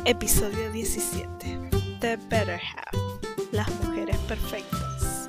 Episodio 17. The Better Half. Las mujeres perfectas.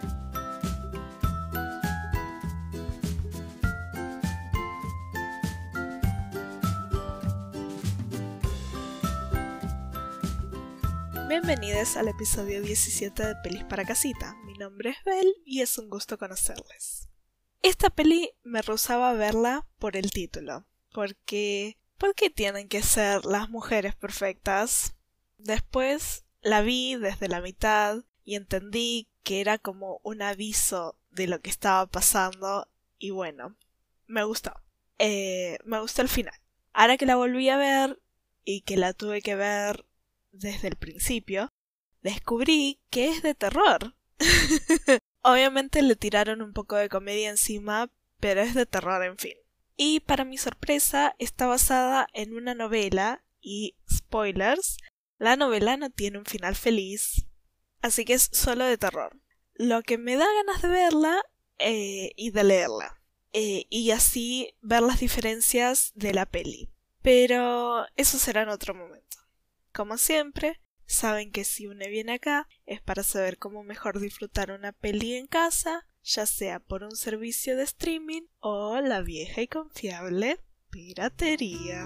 Bienvenidos al episodio 17 de Pelis para Casita. Mi nombre es Bel y es un gusto conocerles. Esta peli me rehusaba verla por el título, porque ¿por qué tienen que ser las mujeres perfectas? Después la vi desde la mitad y entendí que era como un aviso de lo que estaba pasando y bueno, me gustó. Me gustó el final. Ahora que la volví a ver y que la tuve que ver desde el principio, descubrí que es de terror. Obviamente le tiraron un poco de comedia encima, pero es de terror en fin. Y para mi sorpresa está basada en una novela y, spoilers, la novela no tiene un final feliz, así que es solo de terror. Lo que me da ganas de verla y de leerla, y así ver las diferencias de la peli. Pero eso será en otro momento. Como siempre, saben que si uno viene acá es para saber cómo mejor disfrutar una peli en casa, ya sea por un servicio de streaming o la vieja y confiable piratería.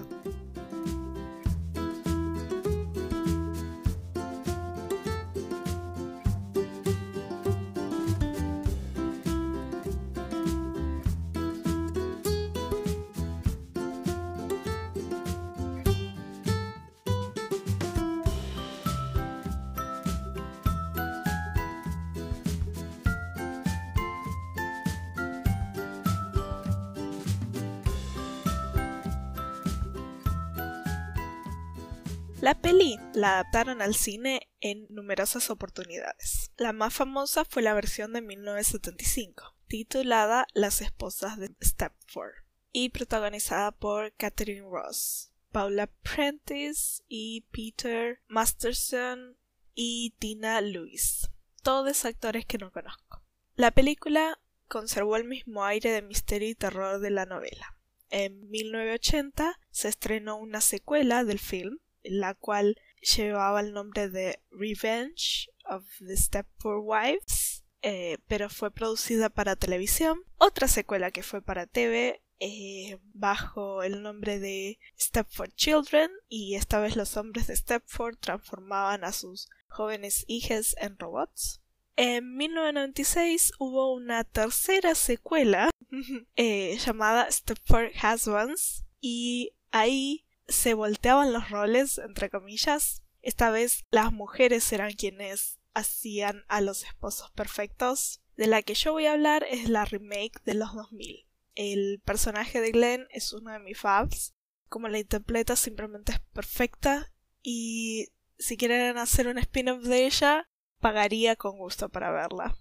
La peli la adaptaron al cine en numerosas oportunidades. La más famosa fue la versión de 1975, titulada Las esposas de Stepford, y protagonizada por Catherine Ross, Paula Prentice y Peter Masterson y Tina Lewis, todos actores que no conozco. La película conservó el mismo aire de misterio y terror de la novela. En 1980 se estrenó una secuela del film, la cual llevaba el nombre de Revenge of the Stepford Wives, pero fue producida para televisión. Otra secuela que fue para TV bajo el nombre de Stepford Children, y esta vez los hombres de Stepford transformaban a sus jóvenes hijas en robots. En 1996 hubo una tercera secuela llamada Stepford Husbands, y ahí se volteaban los roles, entre comillas. Esta vez las mujeres eran quienes hacían a los esposos perfectos. De la que yo voy a hablar es la remake de los 2000. El personaje de Glenn es uno de mis faves. Como la interpreta simplemente es perfecta, y si quieren hacer un spin-off de ella, pagaría con gusto para verla.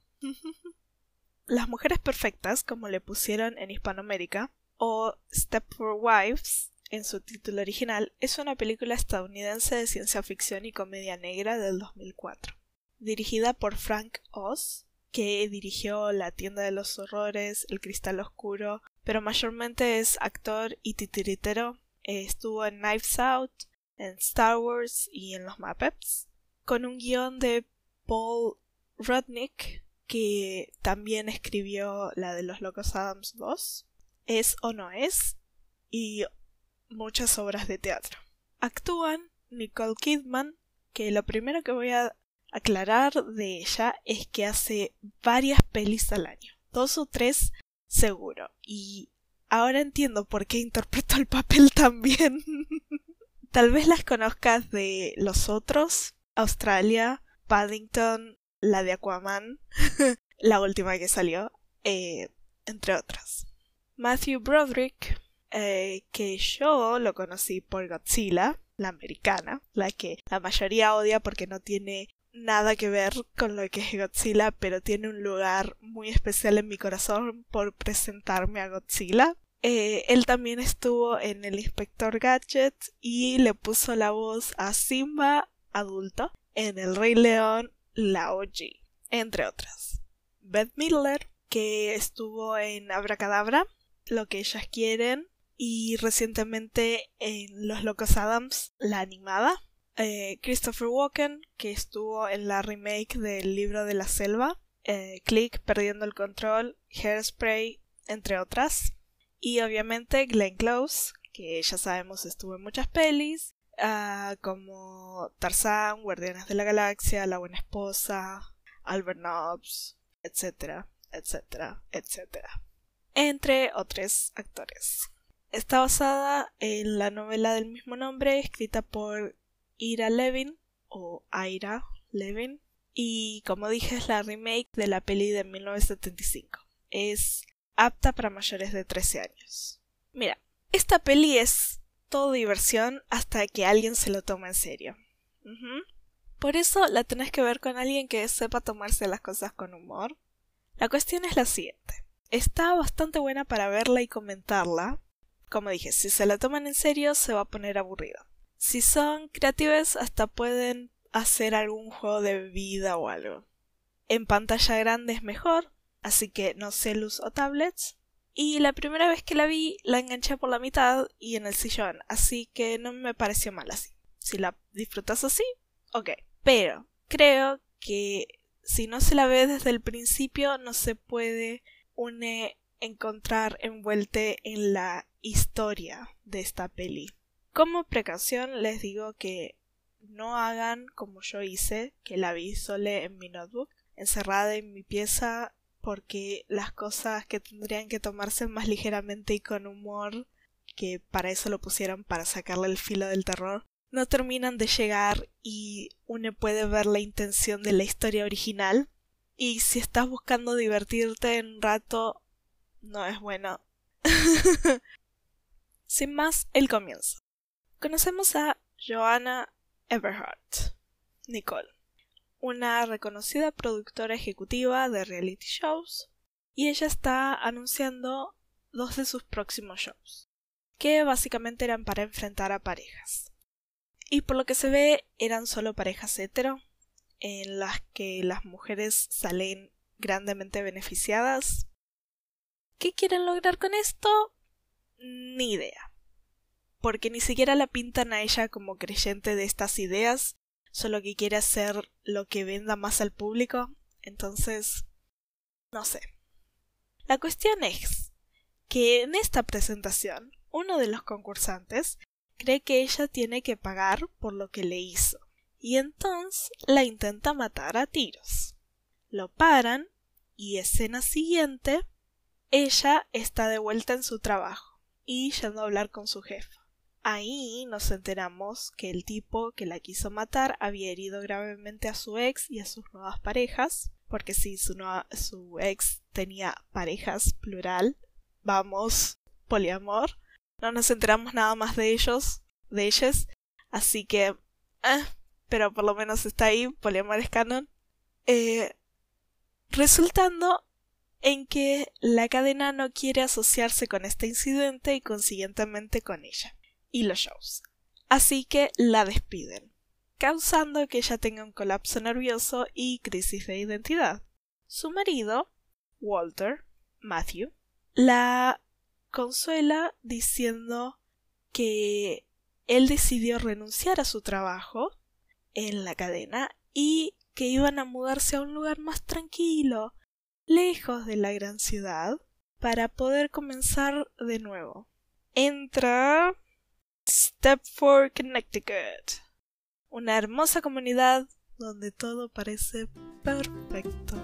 Las mujeres perfectas, como le pusieron en Hispanoamérica, o Stepford Wives en su título original, es una película estadounidense de ciencia ficción y comedia negra del 2004, dirigida por Frank Oz, que dirigió La tienda de los horrores, El cristal oscuro, pero mayormente es actor y titiritero. Estuvo en Knives Out, en Star Wars y en los Muppets, con un guión de Paul Rudnick, que también escribió la de Los Locos Adams 2, Es o no es, y muchas obras de teatro. Actúan Nicole Kidman, que lo primero que voy a aclarar de ella es que hace varias pelis al año, 2 o 3 seguro, y ahora entiendo por qué interpretó el papel tan bien. Tal vez las conozcas de Los Otros, Australia, Paddington, la de Aquaman, la última que salió, entre otras. Matthew Broderick, que yo lo conocí por Godzilla, la americana, la que la mayoría odia porque no tiene nada que ver con lo que es Godzilla, pero tiene un lugar muy especial en mi corazón por presentarme a Godzilla. Él también estuvo en El Inspector Gadget y le puso la voz a Simba adulto en El Rey León, la OG, entre otras. Bette Midler, que estuvo en Abracadabra, Lo que ellas quieren, y recientemente en Los Locos Adams, la animada. Christopher Walken, que estuvo en la remake del Libro de la Selva, Click, Perdiendo el Control, Hairspray, entre otras. Y obviamente Glenn Close, que ya sabemos estuvo en muchas pelis, como Tarzán, Guardianes de la Galaxia, La Buena Esposa, Albert Nobbs, etcétera, etcétera, etcétera, entre otros actores. Está basada en la novela del mismo nombre, escrita por Ira Levin, o Ira Levin, y como dije es la remake de la peli de 1975. Es apta para mayores de 13 años. Mira, esta peli es todo diversión hasta que alguien se lo toma en serio. Por eso la tenés que ver con alguien que sepa tomarse las cosas con humor. La cuestión es la siguiente. Está bastante buena para verla y comentarla. Como dije, si se la toman en serio se va a poner aburrido. Si son creativos hasta pueden hacer algún juego de vida o algo. En pantalla grande es mejor, así que no cellus o tablets. Y la primera vez que la vi la enganché por la mitad y en el sillón, así que no me pareció mal así. Si la disfrutas así, ok. Pero creo que si no se la ve desde el principio no se puede encontrar envuelta en la historia de esta peli. Como precaución les digo que no hagan como yo hice, que la vi sola en mi notebook, encerrada en mi pieza, porque las cosas que tendrían que tomarse más ligeramente y con humor, que para eso lo pusieron, para sacarle el filo del terror, no terminan de llegar y uno puede ver la intención de la historia original. Y si estás buscando divertirte en un rato, no es bueno. Sin más, el comienzo. Conocemos a Joanna Everhart, Nicole, una reconocida productora ejecutiva de reality shows, y ella está anunciando 2 de sus próximos shows, que básicamente eran para enfrentar a parejas. Y por lo que se ve, eran solo parejas hetero, en las que las mujeres salen grandemente beneficiadas. ¿Qué quieren lograr con esto? Ni idea. Porque ni siquiera la pintan a ella como creyente de estas ideas, solo que quiere hacer lo que venda más al público. Entonces, no sé. La cuestión es que en esta presentación, uno de los concursantes cree que ella tiene que pagar por lo que le hizo, y entonces la intenta matar a tiros. Lo paran, y escena siguiente, ella está de vuelta en su trabajo, y yendo a hablar con su jefa. Ahí nos enteramos que el tipo que la quiso matar había herido gravemente a su ex y a sus nuevas parejas, porque sí, su ex tenía parejas, plural, vamos, poliamor. No nos enteramos nada más de ellos, de ellas, así que, pero por lo menos está ahí, poliamor es canon. Resultando en que la cadena no quiere asociarse con este incidente y consiguientemente con ella y los shows. Así que la despiden, causando que ella tenga un colapso nervioso y crisis de identidad. Su marido, Walter, Matthew, la consuela diciendo que él decidió renunciar a su trabajo en la cadena y que iban a mudarse a un lugar más tranquilo, lejos de la gran ciudad, para poder comenzar de nuevo. Entra Stepford, Connecticut, una hermosa comunidad donde todo parece perfecto.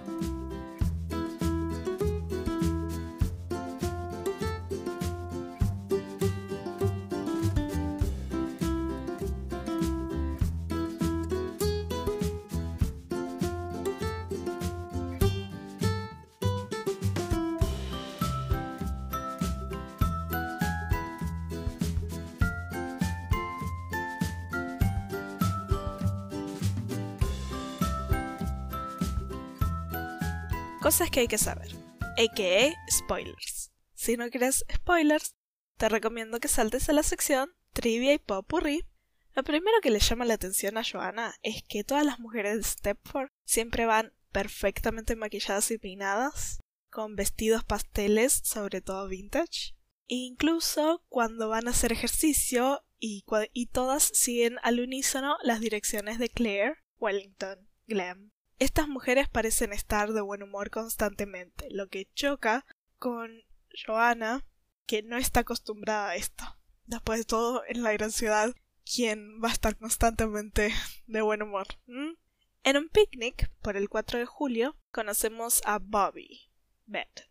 Cosas que hay que saber, a.k.a. spoilers. Si no quieres spoilers, te recomiendo que saltes a la sección Trivia y Popurrí. Lo primero que le llama la atención a Joanna es que todas las mujeres de Stepford siempre van perfectamente maquilladas y peinadas, con vestidos pasteles, sobre todo vintage. E incluso cuando van a hacer ejercicio y todas siguen al unísono las direcciones de Claire, Wellington, Glam. Estas mujeres parecen estar de buen humor constantemente, lo que choca con Joanna, que no está acostumbrada a esto. Después de todo, en la gran ciudad, ¿quién va a estar constantemente de buen humor? En un picnic, por el 4 de julio, conocemos a Bobby Bett,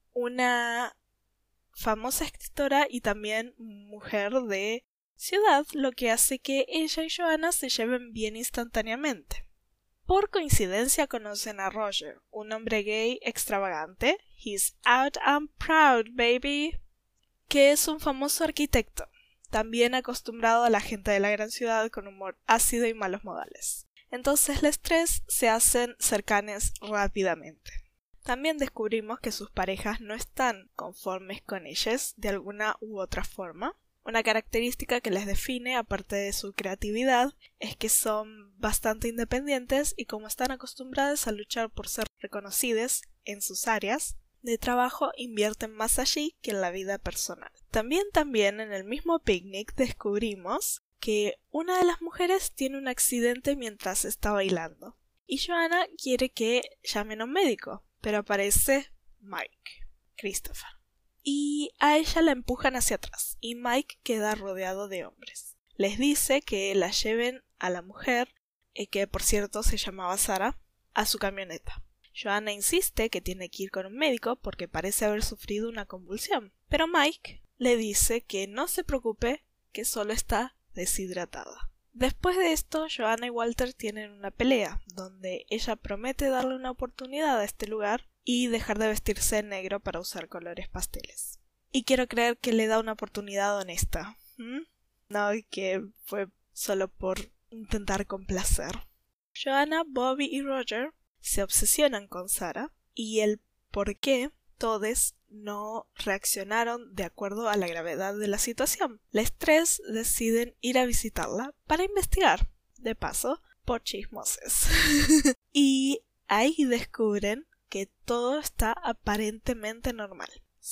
una famosa escritora y también mujer de ciudad, lo que hace que ella y Joanna se lleven bien instantáneamente. Por coincidencia conocen a Roger, un hombre gay extravagante, he's out and proud, baby, que es un famoso arquitecto, también acostumbrado a la gente de la gran ciudad con humor ácido y malos modales. Entonces los tres se hacen cercanos rápidamente. También descubrimos que sus parejas no están conformes con ellas de alguna u otra forma. Una característica que les define, aparte de su creatividad, es que son bastante independientes y como están acostumbradas a luchar por ser reconocidas en sus áreas de trabajo, invierten más allí que en la vida personal. También en el mismo picnic descubrimos que una de las mujeres tiene un accidente mientras está bailando y Joanna quiere que llamen a un médico, pero aparece Mike, Christopher, y a ella la empujan hacia atrás y Mike queda rodeado de hombres. Les dice que la lleven a la mujer, que por cierto se llamaba Sarah, a su camioneta. Joanna insiste que tiene que ir con un médico porque parece haber sufrido una convulsión, pero Mike le dice que no se preocupe, que solo está deshidratada. Después de esto, Joanna y Walter tienen una pelea, donde ella promete darle una oportunidad a este lugar y dejar de vestirse de negro para usar colores pasteles. Y quiero creer que le da una oportunidad honesta. No que fue solo por intentar complacer. Joanna, Bobby y Roger se obsesionan con Sarah y el por qué todos no reaccionaron de acuerdo a la gravedad de la situación. Los tres deciden ir a visitarla para investigar, de paso, por chismoses. Y ahí descubren que todo está aparentemente normal,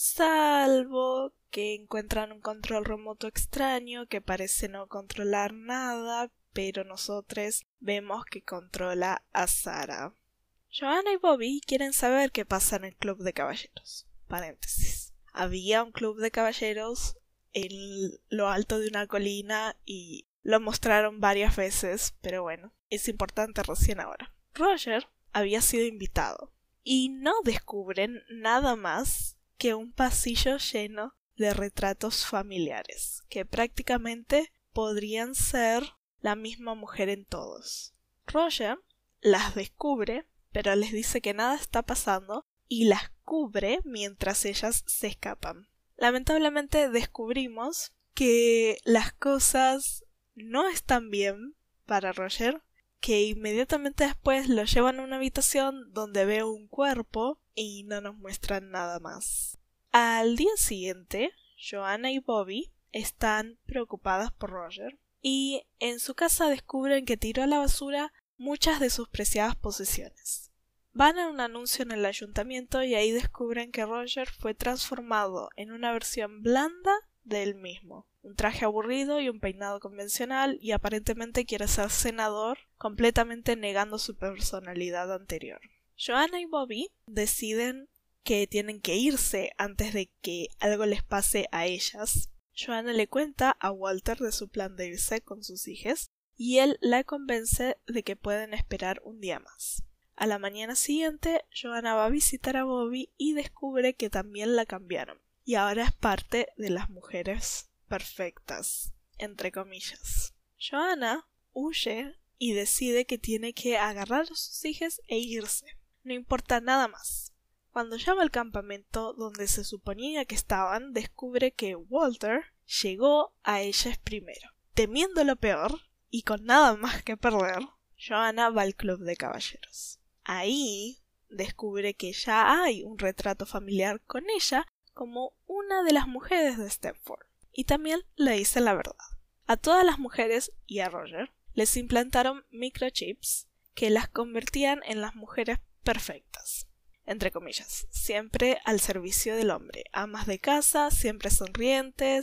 salvo que encuentran un control remoto extraño que parece no controlar nada, pero nosotros vemos que controla a Sarah. Joanna y Bobby quieren saber qué pasa en el club de caballeros. Paréntesis. Había un club de caballeros en lo alto de una colina y lo mostraron varias veces, pero bueno, es importante recién ahora. Roger había sido invitado y no descubren nada más que un pasillo lleno de retratos familiares, que prácticamente podrían ser la misma mujer en todos. Roger las descubre, pero les dice que nada está pasando y las cubre mientras ellas se escapan. Lamentablemente descubrimos que las cosas no están bien para Roger, que inmediatamente después lo llevan a una habitación donde ve un cuerpo y no nos muestran nada más. Al día siguiente, Joanna y Bobby están preocupadas por Roger y en su casa descubren que tiró a la basura muchas de sus preciadas posesiones. Van a un anuncio en el ayuntamiento y ahí descubren que Roger fue transformado en una versión blanda de él mismo. Un traje aburrido y un peinado convencional y aparentemente quiere ser senador, completamente negando su personalidad anterior. Joanna y Bobby deciden que tienen que irse antes de que algo les pase a ellas. Joanna le cuenta a Walter de su plan de irse con sus hijas y él la convence de que pueden esperar un día más. A la mañana siguiente, Joanna va a visitar a Bobby y descubre que también la cambiaron y ahora es parte de las mujeres perfectas, entre comillas. Joanna huye y decide que tiene que agarrar a sus hijas e irse. No importa nada más. Cuando llama al campamento donde se suponía que estaban, descubre que Walter llegó a ellas primero. Temiendo lo peor y con nada más que perder, Joanna va al club de caballeros. Ahí descubre que ya hay un retrato familiar con ella como una de las mujeres de Stepford. Y también le dice la verdad. A todas las mujeres y a Roger les implantaron microchips que las convertían en las mujeres perfectas, entre comillas, siempre al servicio del hombre, amas de casa, siempre sonrientes,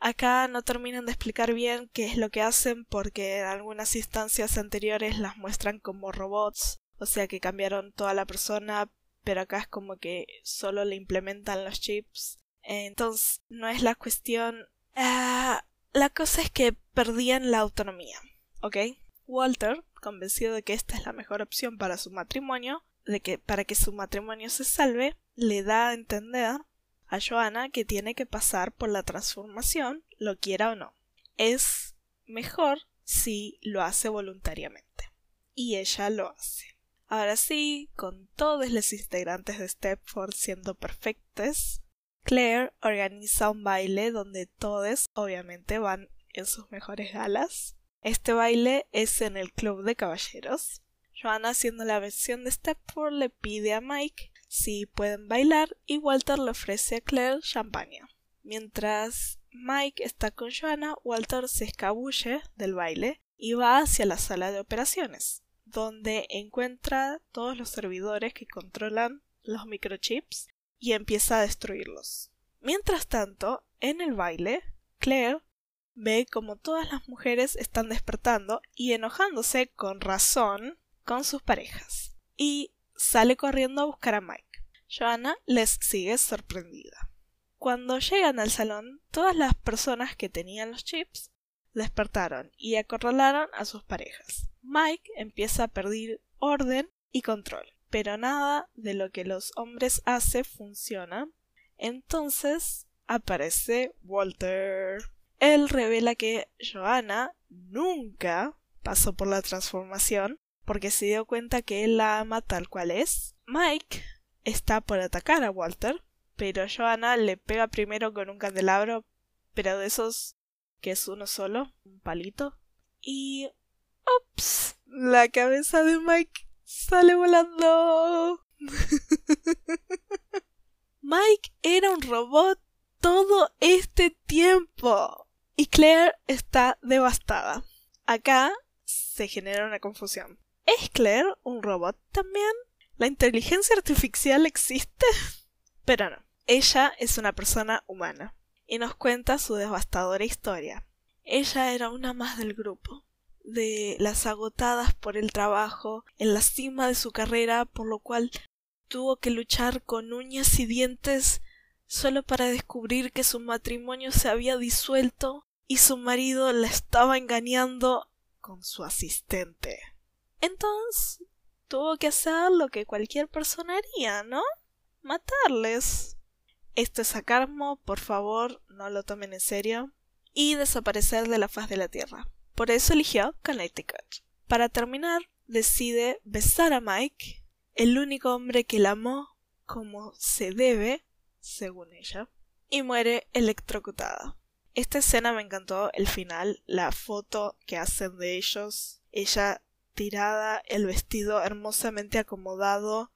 Acá no terminan de explicar bien qué es lo que hacen porque en algunas instancias anteriores las muestran como robots, o sea que cambiaron toda la persona, pero acá es como que solo le implementan los chips. Entonces no es la cuestión. La cosa es que perdían la autonomía, ¿ok? Walter, convencido de que esta es la mejor opción para su matrimonio, para que su matrimonio se salve, le da a entender a Joanna que tiene que pasar por la transformación, lo quiera o no. Es mejor si lo hace voluntariamente. Y ella lo hace. Ahora sí, con todos los integrantes de Stepford siendo perfectos, Claire organiza un baile donde todos obviamente van en sus mejores galas. Este baile es en el club de caballeros. Joanna, haciendo la versión de Stepford, le pide a Mike si pueden bailar y Walter le ofrece a Claire champaña. Mientras Mike está con Joanna, Walter se escabulle del baile y va hacia la sala de operaciones, donde encuentra todos los servidores que controlan los microchips y empieza a destruirlos. Mientras tanto, en el baile, Claire ve como todas las mujeres están despertando y enojándose con razón con sus parejas, y sale corriendo a buscar a Mike. Joanna les sigue sorprendida. Cuando llegan al salón, todas las personas que tenían los chips despertaron y acorralaron a sus parejas. Mike empieza a perder orden y control, pero nada de lo que los hombres hacen funciona. Entonces aparece Walter. Él revela que Joanna nunca pasó por la transformación porque se dio cuenta que él la ama tal cual es. Mike está por atacar a Walter, pero Joanna le pega primero con un candelabro, pero de esos que es uno solo, un palito, y ¡ups! La cabeza de Mike sale volando. Mike era un robot todo este tiempo y Claire está devastada. Acá se genera una confusión. ¿Es Claire un robot también? ¿La inteligencia artificial existe? Pero no, ella es una persona humana y nos cuenta su devastadora historia. Ella era una más del grupo, de las agotadas por el trabajo, en la cima de su carrera, por lo cual tuvo que luchar con uñas y dientes solo para descubrir que su matrimonio se había disuelto y su marido la estaba engañando con su asistente. Entonces tuvo que hacer lo que cualquier persona haría, ¿no? Matarles. Esto es Acarmo, por favor, no lo tomen en serio. Y desaparecer de la faz de la tierra. Por eso eligió Connecticut. Para terminar, decide besar a Mike, el único hombre que la amó como se debe, según ella, y muere electrocutada. Esta escena me encantó, el final, la foto que hacen de ellos, ella tirada, el vestido hermosamente acomodado,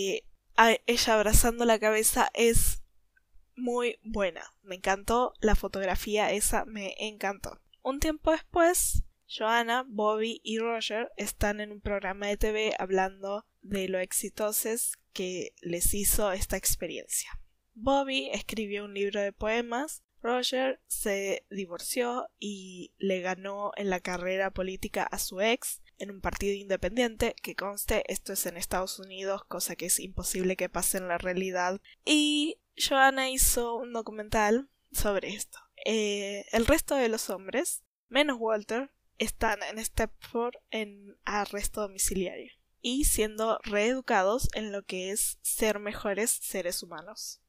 ella abrazando la cabeza, es muy buena. Me encantó la fotografía, esa me encantó. Un tiempo después, Joanna, Bobby y Roger están en un programa de TV hablando de lo exitosos que les hizo esta experiencia. Bobby escribió un libro de poemas, Roger se divorció y le ganó en la carrera política a su ex en un partido independiente, que conste, esto es en Estados Unidos, cosa que es imposible que pase en la realidad, y Joanna hizo un documental sobre esto. El resto de los hombres, menos Walter, están en Stepford en arresto domiciliario y siendo reeducados en lo que es ser mejores seres humanos.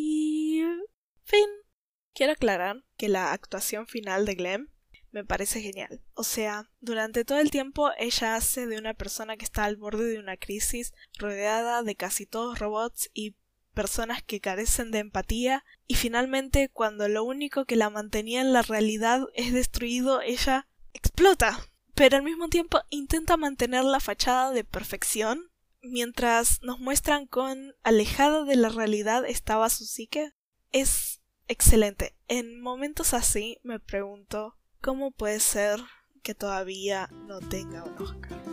Y fin. Quiero aclarar que la actuación final de Glenn me parece genial. O sea, durante todo el tiempo ella hace de una persona que está al borde de una crisis, rodeada de casi todos robots y personas que carecen de empatía, y finalmente cuando lo único que la mantenía en la realidad es destruido, ella explota. Pero al mismo tiempo intenta mantener la fachada de perfección, mientras nos muestran cuán alejada de la realidad estaba su psique. Es excelente. En momentos así me pregunto cómo puede ser que todavía no tenga un Oscar.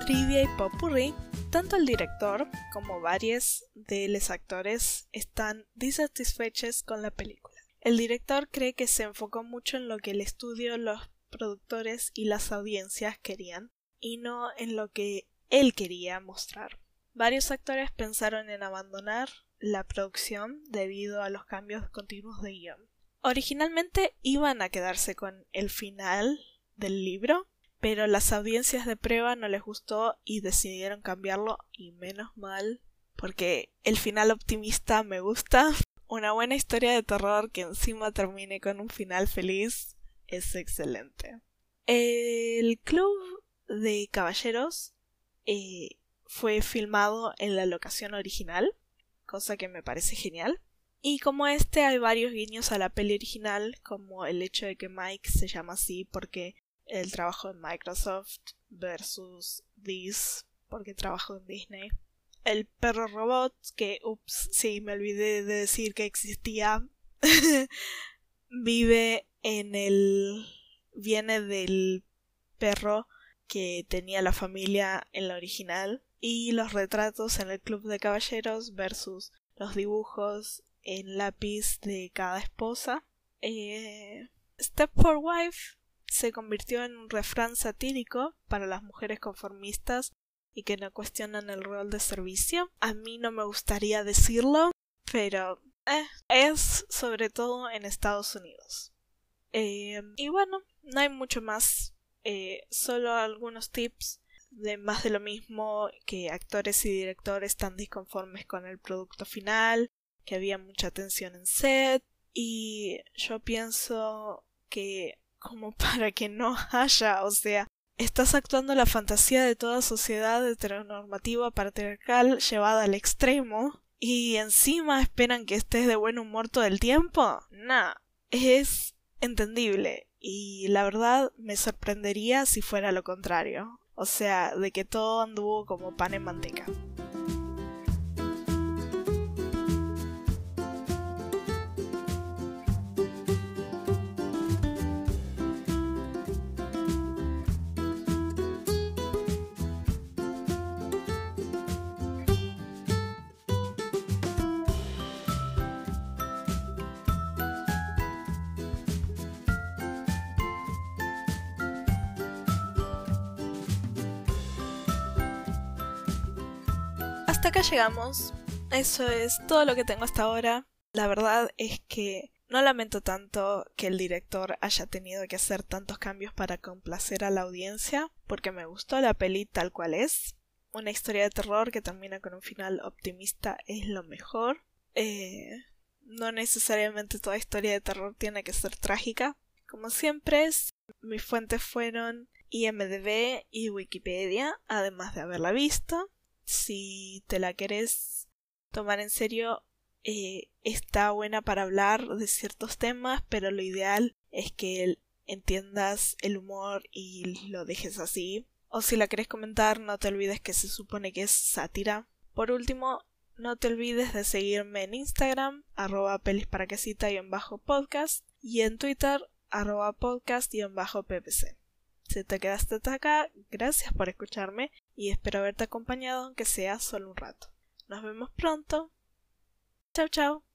trivia y popurrí, tanto el director como varios de los actores están disatisfechos con la película. El director cree que se enfocó mucho en lo que el estudio, los productores y las audiencias querían, y no en lo que él quería mostrar. Varios actores pensaron en abandonar la producción debido a los cambios continuos de guión. Originalmente iban a quedarse con el final del libro, pero las audiencias de prueba no les gustó y decidieron cambiarlo, y menos mal, porque el final optimista me gusta. Una buena historia de terror que encima termine con un final feliz es excelente. El Club de Caballeros fue filmado en la locación original, cosa que me parece genial. Y como hay varios guiños a la peli original, como el hecho de que Mike se llama así porque él trabajó en Microsoft versus This porque trabajó en Disney. El perro robot, que sí, me olvidé de decir que existía. Viene del perro que tenía la familia en la original. Y los retratos en el Club de Caballeros versus los dibujos en lápiz de cada esposa. Stepford Wife se convirtió en un refrán satírico para las mujeres conformistas y que no cuestionan el rol de servicio. A mí no me gustaría decirlo, pero es sobre todo en Estados Unidos. Y bueno, no hay mucho más, solo algunos tips de más de lo mismo, que actores y directores están disconformes con el producto final, que había mucha tensión en set, y yo pienso que como para que no haya, o sea, estás actuando la fantasía de toda sociedad heteronormativa patriarcal llevada al extremo, y encima esperan que estés de buen humor todo el tiempo. Nah, es entendible, y la verdad me sorprendería si fuera lo contrario, o sea, de que todo anduvo como pan en manteca. Hasta acá llegamos. Eso es todo lo que tengo hasta ahora. La verdad es que no lamento tanto que el director haya tenido que hacer tantos cambios para complacer a la audiencia, porque me gustó la peli tal cual es. Una historia de terror que termina con un final optimista es lo mejor. No necesariamente toda historia de terror tiene que ser trágica. Como siempre, mis fuentes fueron IMDb y Wikipedia, además de haberla visto. Si te la querés tomar en serio, está buena para hablar de ciertos temas, pero lo ideal es que entiendas el humor y lo dejes así. O si la querés comentar, no te olvides que se supone que es sátira. Por último, no te olvides de seguirme en Instagram, @pelisparaquesita_podcast, y en Twitter, @podcast_ppc. Si te quedaste hasta acá, gracias por escucharme y espero haberte acompañado aunque sea solo un rato. Nos vemos pronto. Chao, chao.